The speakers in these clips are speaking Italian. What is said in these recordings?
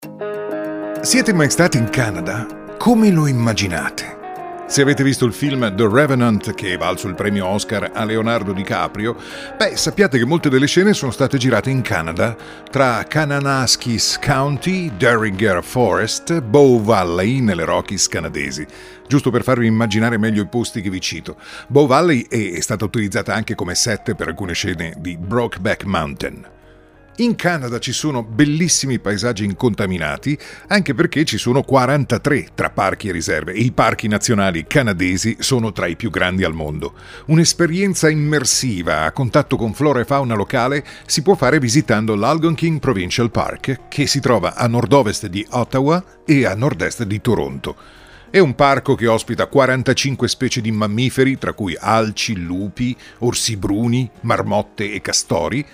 Siete mai stati in Canada? Come lo immaginate? Se avete visto il film The Revenant, che è valso il premio Oscar a Leonardo DiCaprio, sappiate che molte delle scene sono state girate in Canada, tra Kananaskis County, Derringer Forest, Bow Valley nelle Rockies canadesi. Giusto per farvi immaginare meglio i posti che vi cito. Bow Valley è stata utilizzata anche come set per alcune scene di Brokeback Mountain. In Canada ci sono bellissimi paesaggi incontaminati, anche perché ci sono 43 tra parchi e riserve, e i parchi nazionali canadesi sono tra i più grandi al mondo. Un'esperienza immersiva a contatto con flora e fauna locale si può fare visitando l'Algonquin Provincial Park, che si trova a nord-ovest di Ottawa e a nord-est di Toronto. È un parco che ospita 45 specie di mammiferi, tra cui alci, lupi, orsi bruni, marmotte e castori,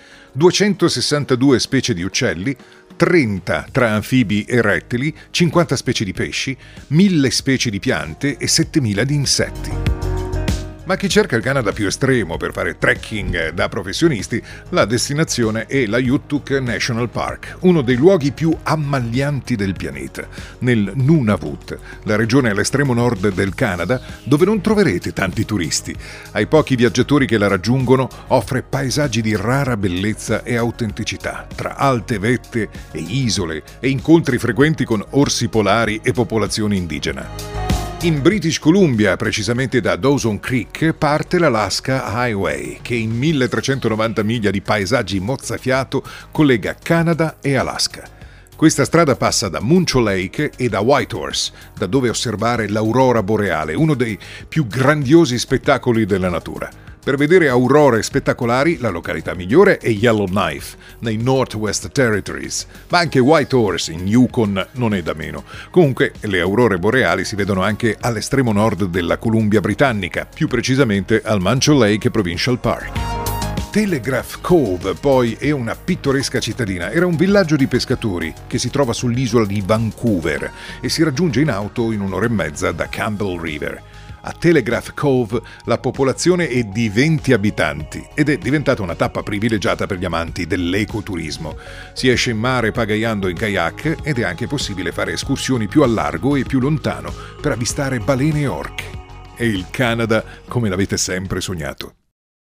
262 specie di uccelli, 30 tra anfibi e rettili, 50 specie di pesci, 1000 specie di piante e 7000 di insetti. Ma chi cerca il Canada più estremo per fare trekking da professionisti, la destinazione è la Yuktuk National Park, uno dei luoghi più ammaglianti del pianeta, nel Nunavut, la regione all'estremo nord del Canada, dove non troverete tanti turisti. Ai pochi viaggiatori che la raggiungono offre paesaggi di rara bellezza e autenticità, tra alte vette e isole e incontri frequenti con orsi polari e popolazione indigena. In British Columbia, precisamente da Dawson Creek, parte l'Alaska Highway, che in 1390 miglia di paesaggi mozzafiato collega Canada e Alaska. Questa strada passa da Muncho Lake e da Whitehorse, da dove osservare l'aurora boreale, uno dei più grandiosi spettacoli della natura. Per vedere aurore spettacolari, la località migliore è Yellowknife, nei Northwest Territories, ma anche Whitehorse in Yukon non è da meno. Comunque, le aurore boreali si vedono anche all'estremo nord della Columbia Britannica, più precisamente al Muncho Lake Provincial Park. Telegraph Cove, poi, è una pittoresca cittadina. Era un villaggio di pescatori che si trova sull'isola di Vancouver e si raggiunge in auto in un'ora e mezza da Campbell River. A Telegraph Cove la popolazione è di 20 abitanti ed è diventata una tappa privilegiata per gli amanti dell'ecoturismo. Si esce in mare pagaiando in kayak ed è anche possibile fare escursioni più a largo e più lontano per avvistare balene e orche. È il Canada come l'avete sempre sognato.